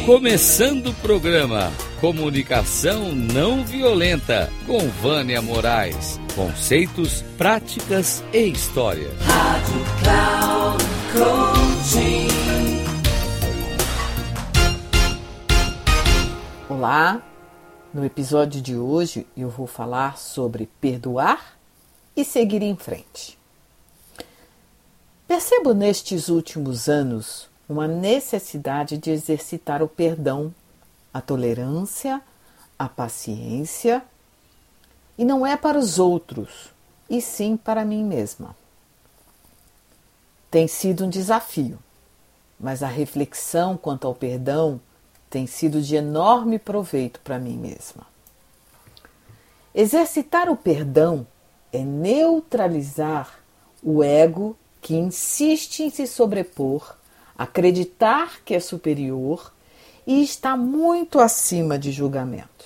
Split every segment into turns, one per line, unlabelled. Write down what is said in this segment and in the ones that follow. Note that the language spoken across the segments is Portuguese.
Começando o programa Comunicação Não Violenta, com Vânia Moraes. Conceitos, práticas e história.
Rádio Cloud Coaching.
Olá, no episódio de hoje eu vou falar sobre perdoar e seguir em frente. Percebo nestes últimos anos uma necessidade de exercitar o perdão, a tolerância, a paciência, e não é para os outros, e sim para mim mesma. Tem sido um desafio, mas a reflexão quanto ao perdão tem sido de enorme proveito para mim mesma. Exercitar o perdão é neutralizar o ego que insiste em se sobrepor, acreditar que é superior e está muito acima de julgamentos.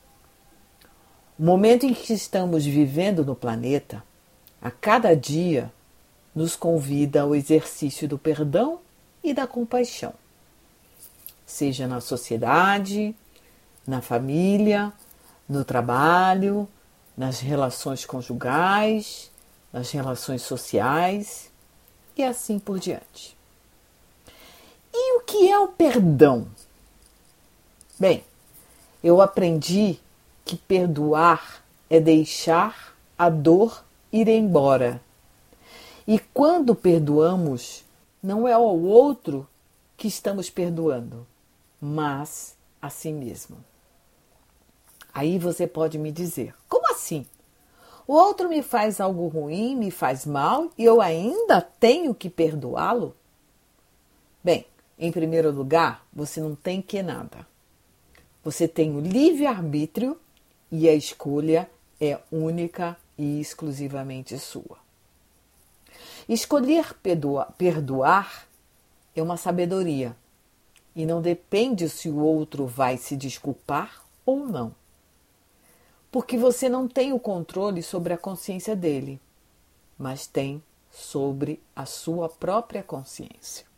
O momento em que estamos vivendo no planeta, a cada dia, nos convida ao exercício do perdão e da compaixão. Seja na sociedade, na família, no trabalho, nas relações conjugais, nas relações sociais e assim por diante. E o que é o perdão? Bem, eu aprendi que perdoar é deixar a dor ir embora. E quando perdoamos, não é ao outro que estamos perdoando, mas a si mesmo. Aí você pode me dizer, como assim? O outro me faz algo ruim, me faz mal e eu ainda tenho que perdoá-lo? Bem, em primeiro lugar, você não tem que nada. Você tem o livre-arbítrio e a escolha é única e exclusivamente sua. Escolher perdoar é uma sabedoria e não depende se o outro vai se desculpar ou não. Porque você não tem o controle sobre a consciência dele, mas tem sobre a sua própria consciência.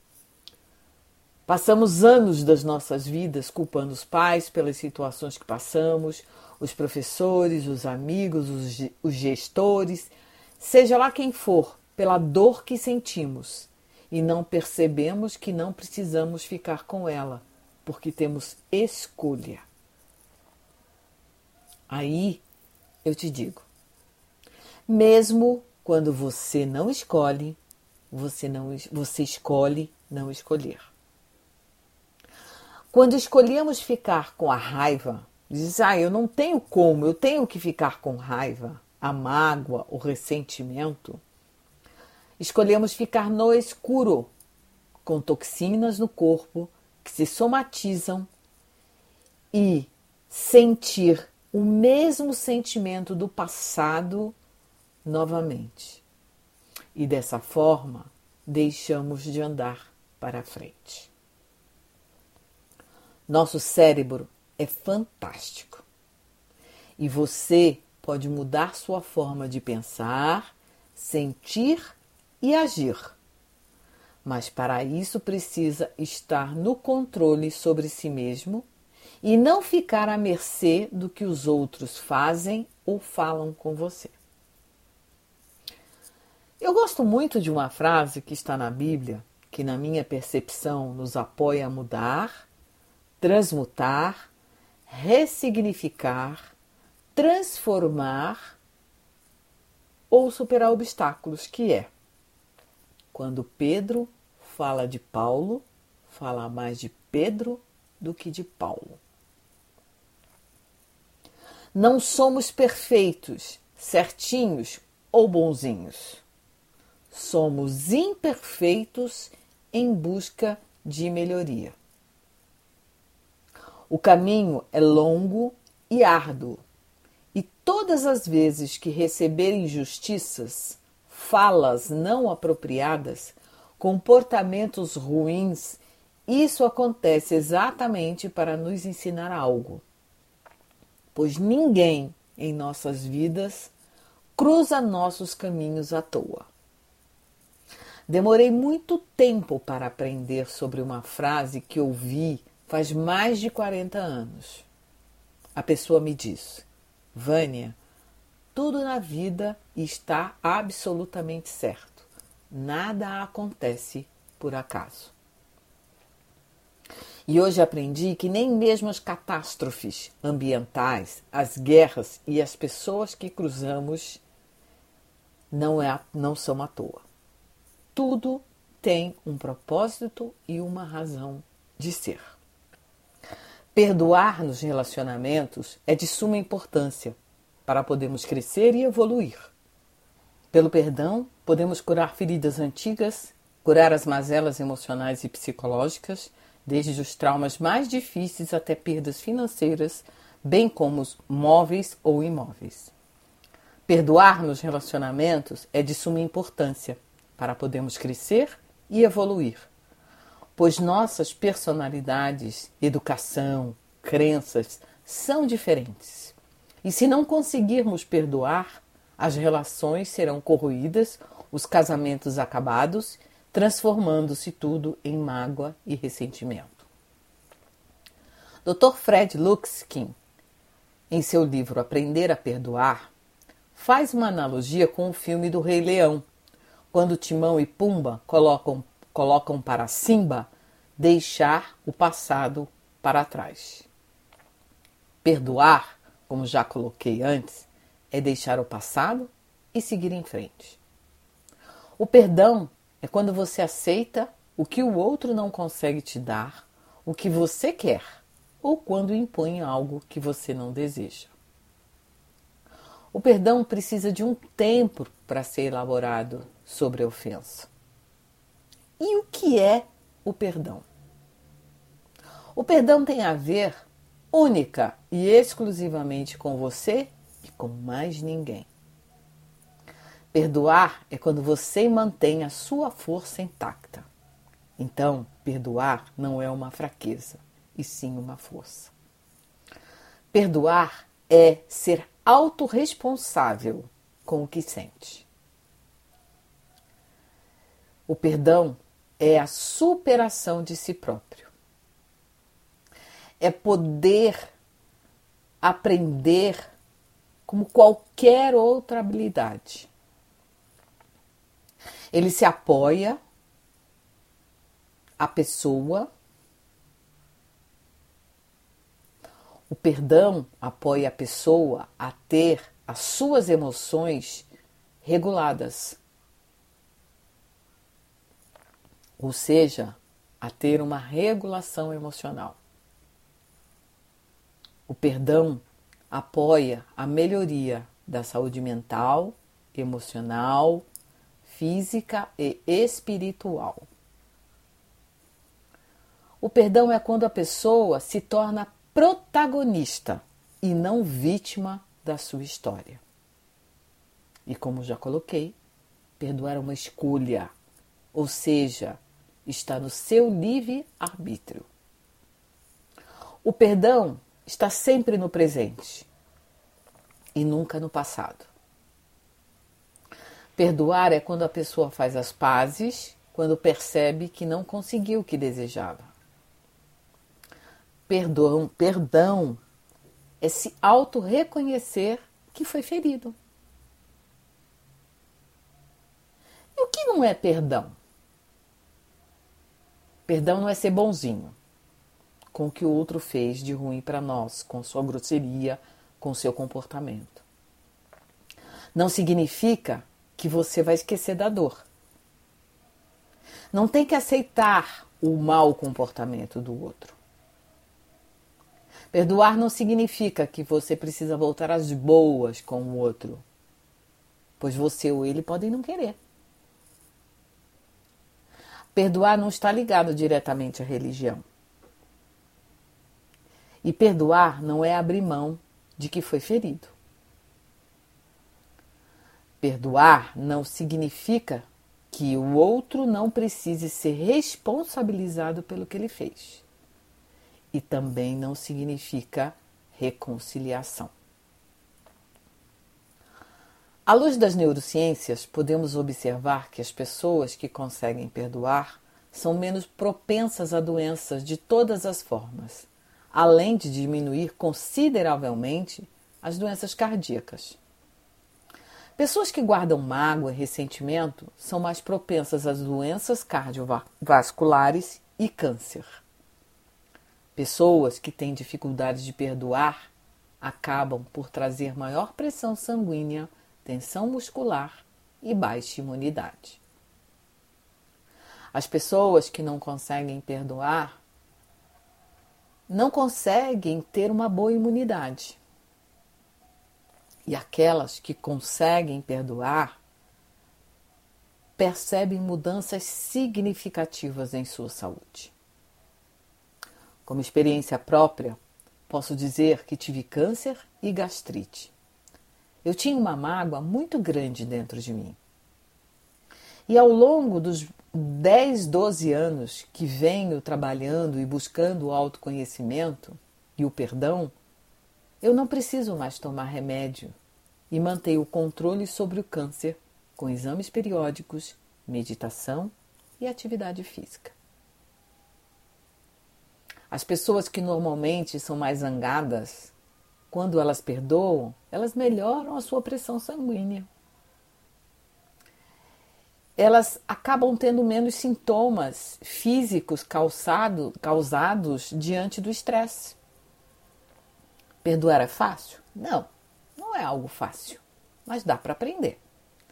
Passamos anos das nossas vidas culpando os pais pelas situações que passamos, os professores, os amigos, os gestores, seja lá quem for, pela dor que sentimos, e não percebemos que não precisamos ficar com ela, porque temos escolha. Aí eu te digo, mesmo quando você não escolhe, você escolhe não escolher. Quando escolhemos ficar com a raiva, diz, eu não tenho como, eu tenho que ficar com raiva, a mágoa, o ressentimento. Escolhemos ficar no escuro, com toxinas no corpo que se somatizam e sentir o mesmo sentimento do passado novamente. E dessa forma, deixamos de andar para frente. Nosso cérebro é fantástico e você pode mudar sua forma de pensar, sentir e agir. Mas para isso precisa estar no controle sobre si mesmo e não ficar à mercê do que os outros fazem ou falam com você. Eu gosto muito de uma frase que está na Bíblia, que na minha percepção nos apoia a mudar, transmutar, ressignificar, transformar ou superar obstáculos, que é quando Pedro fala de Paulo, fala mais de Pedro do que de Paulo. Não somos perfeitos, certinhos ou bonzinhos. Somos imperfeitos em busca de melhoria. O caminho é longo e árduo, e todas as vezes que receber injustiças, falas não apropriadas, comportamentos ruins, isso acontece exatamente para nos ensinar algo. Pois ninguém em nossas vidas cruza nossos caminhos à toa. Demorei muito tempo para aprender sobre uma frase que ouvi faz mais de 40 anos. A pessoa me diz: Vânia, tudo na vida está absolutamente certo. Nada acontece por acaso. E hoje aprendi que nem mesmo as catástrofes ambientais, as guerras e as pessoas que cruzamos não são à toa. Tudo tem um propósito e uma razão de ser. Perdoar nos relacionamentos é de suma importância para podermos crescer e evoluir. Pelo perdão, podemos curar feridas antigas, curar as mazelas emocionais e psicológicas, desde os traumas mais difíceis até perdas financeiras, bem como os móveis ou imóveis. Perdoar nos relacionamentos é de suma importância para podermos crescer e evoluir, pois nossas personalidades, educação, crenças são diferentes. E se não conseguirmos perdoar, as relações serão corroídas, os casamentos acabados, transformando-se tudo em mágoa e ressentimento. Dr. Fred Lukskin, em seu livro Aprender a Perdoar, faz uma analogia com o filme do Rei Leão, quando Timão e Pumba colocam para Simba deixar o passado para trás. Perdoar, como já coloquei antes, é deixar o passado e seguir em frente. O perdão é quando você aceita o que o outro não consegue te dar, o que você quer, ou quando impõe algo que você não deseja. O perdão precisa de um tempo para ser elaborado sobre a ofensa. E o que é o perdão? O perdão tem a ver única e exclusivamente com você e com mais ninguém. Perdoar é quando você mantém a sua força intacta. Então, perdoar não é uma fraqueza, e sim uma força. Perdoar é ser autorresponsável com o que sente. O perdão é a superação de si próprio. É poder aprender como qualquer outra habilidade. Ele se apoia à pessoa. O perdão apoia a pessoa a ter as suas emoções reguladas. Ou seja, a ter uma regulação emocional. O perdão apoia a melhoria da saúde mental, emocional, física e espiritual. O perdão é quando a pessoa se torna protagonista e não vítima da sua história. E como já coloquei, perdoar é uma escolha, ou seja, está no seu livre-arbítrio. O perdão está sempre no presente e nunca no passado. Perdoar é quando a pessoa faz as pazes, quando percebe que não conseguiu o que desejava. Perdão é se auto-reconhecer que foi ferido. E o que não é perdão? Perdão não é ser bonzinho com o que o outro fez de ruim para nós, com sua grosseria, com seu comportamento. Não significa que você vai esquecer da dor. Não tem que aceitar o mau comportamento do outro. Perdoar não significa que você precisa voltar às boas com o outro, pois você ou ele podem não querer. Perdoar não está ligado diretamente à religião. E perdoar não é abrir mão de que foi ferido. Perdoar não significa que o outro não precise ser responsabilizado pelo que ele fez. E também não significa reconciliação. À luz das neurociências, podemos observar que as pessoas que conseguem perdoar são menos propensas a doenças de todas as formas, além de diminuir consideravelmente as doenças cardíacas. Pessoas que guardam mágoa e ressentimento são mais propensas às doenças cardiovasculares e câncer. Pessoas que têm dificuldades de perdoar acabam por trazer maior pressão sanguínea, tensão muscular e baixa imunidade. As pessoas que não conseguem perdoar não conseguem ter uma boa imunidade. E aquelas que conseguem perdoar percebem mudanças significativas em sua saúde. Como experiência própria, posso dizer que tive câncer e gastrite. Eu tinha uma mágoa muito grande dentro de mim. E ao longo dos 10, 12 anos que venho trabalhando e buscando o autoconhecimento e o perdão, eu não preciso mais tomar remédio e mantenho o controle sobre o câncer com exames periódicos, meditação e atividade física. As pessoas que normalmente são mais zangadas, quando elas perdoam, elas melhoram a sua pressão sanguínea. Elas acabam tendo menos sintomas físicos causados diante do estresse. Perdoar é fácil? Não, não é algo fácil, mas dá para aprender.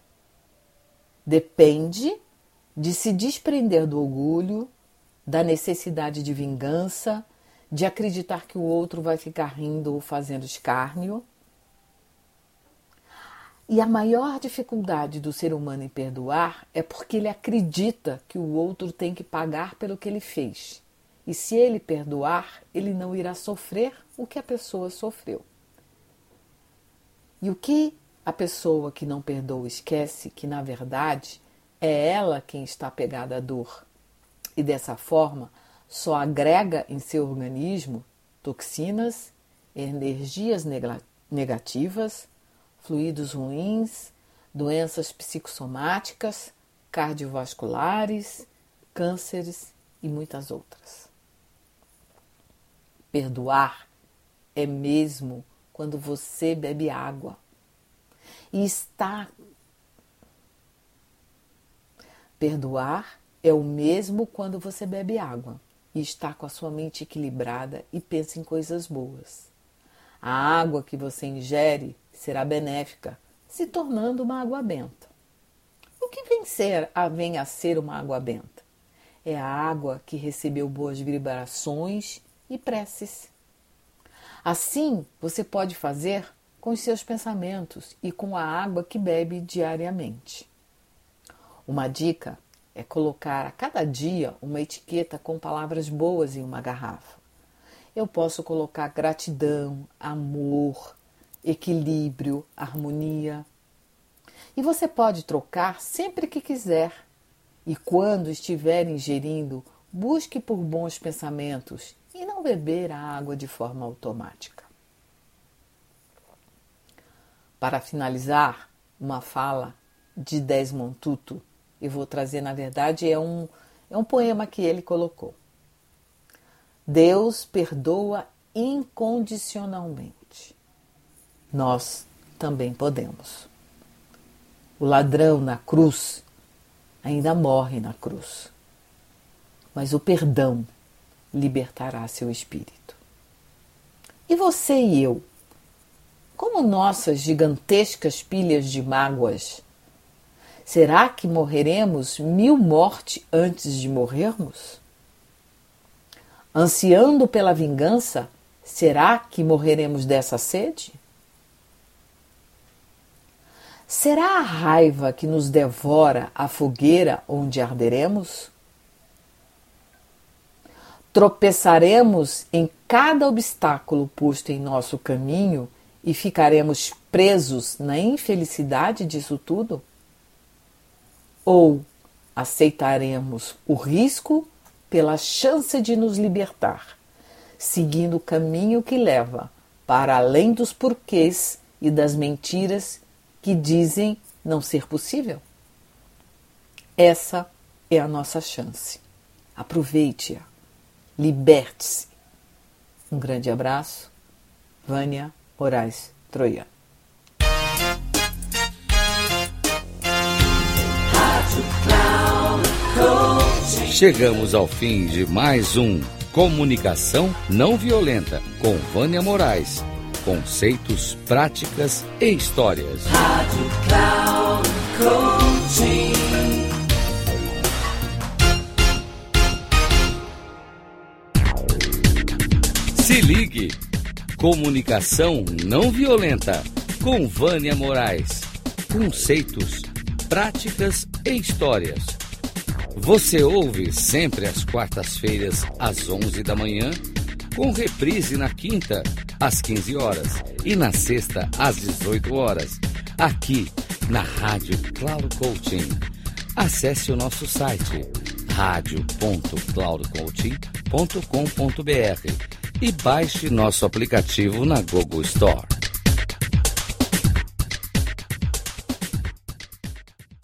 Depende de se desprender do orgulho, da necessidade de vingança, de acreditar que o outro vai ficar rindo ou fazendo escárnio. E a maior dificuldade do ser humano em perdoar é porque ele acredita que o outro tem que pagar pelo que ele fez. E se ele perdoar, ele não irá sofrer o que a pessoa sofreu. E o que a pessoa que não perdoa esquece que, na verdade, é ela quem está apegada à dor. E dessa forma, só agrega em seu organismo toxinas, energias negativas, fluidos ruins, doenças psicossomáticas, cardiovasculares, cânceres e muitas outras. Perdoar é mesmo quando você bebe água e está. Perdoar é o mesmo quando você bebe água e está com a sua mente equilibrada e pensa em coisas boas. A água que você ingere será benéfica, se tornando uma água benta. O que vem a ser uma água benta? É a água que recebeu boas vibrações e preces. Assim, você pode fazer com os seus pensamentos e com a água que bebe diariamente. Uma dica é colocar a cada dia uma etiqueta com palavras boas em uma garrafa. Eu posso colocar gratidão, amor, equilíbrio, harmonia. E você pode trocar sempre que quiser. E quando estiver ingerindo, busque por bons pensamentos e não beber a água de forma automática. Para finalizar, uma fala de Desmond Tutu, eu vou trazer, na verdade, é um poema que ele colocou. Deus perdoa incondicionalmente. Nós também podemos. O ladrão na cruz ainda morre na cruz, mas o perdão libertará seu espírito. E você e eu, como nossas gigantescas pilhas de mágoas, será que morreremos 1000 mortes antes de morrermos? Ansiando pela vingança, será que morreremos dessa sede? Será a raiva que nos devora a fogueira onde arderemos? Tropeçaremos em cada obstáculo posto em nosso caminho e ficaremos presos na infelicidade disso tudo? Ou aceitaremos o risco pela chance de nos libertar, seguindo o caminho que leva para além dos porquês e das mentiras que dizem não ser possível? Essa é a nossa chance. Aproveite-a. Liberte-se. Um grande abraço. Vânia Moraes Troiano.
Chegamos ao fim de mais um Comunicação Não Violenta com Vânia Moraes. Conceitos, práticas e histórias.
Rádio Cloud Coaching.
Se ligue! Comunicação Não Violenta com Vânia Moraes. Conceitos, práticas e histórias. Você ouve sempre às quartas-feiras, às 11 da manhã, com reprise na quinta, às 15 horas e na sexta, às 18 horas, aqui na Rádio Cloud Coaching. Acesse o nosso site radio.cloudcoaching.com.br e baixe nosso aplicativo na Google Store.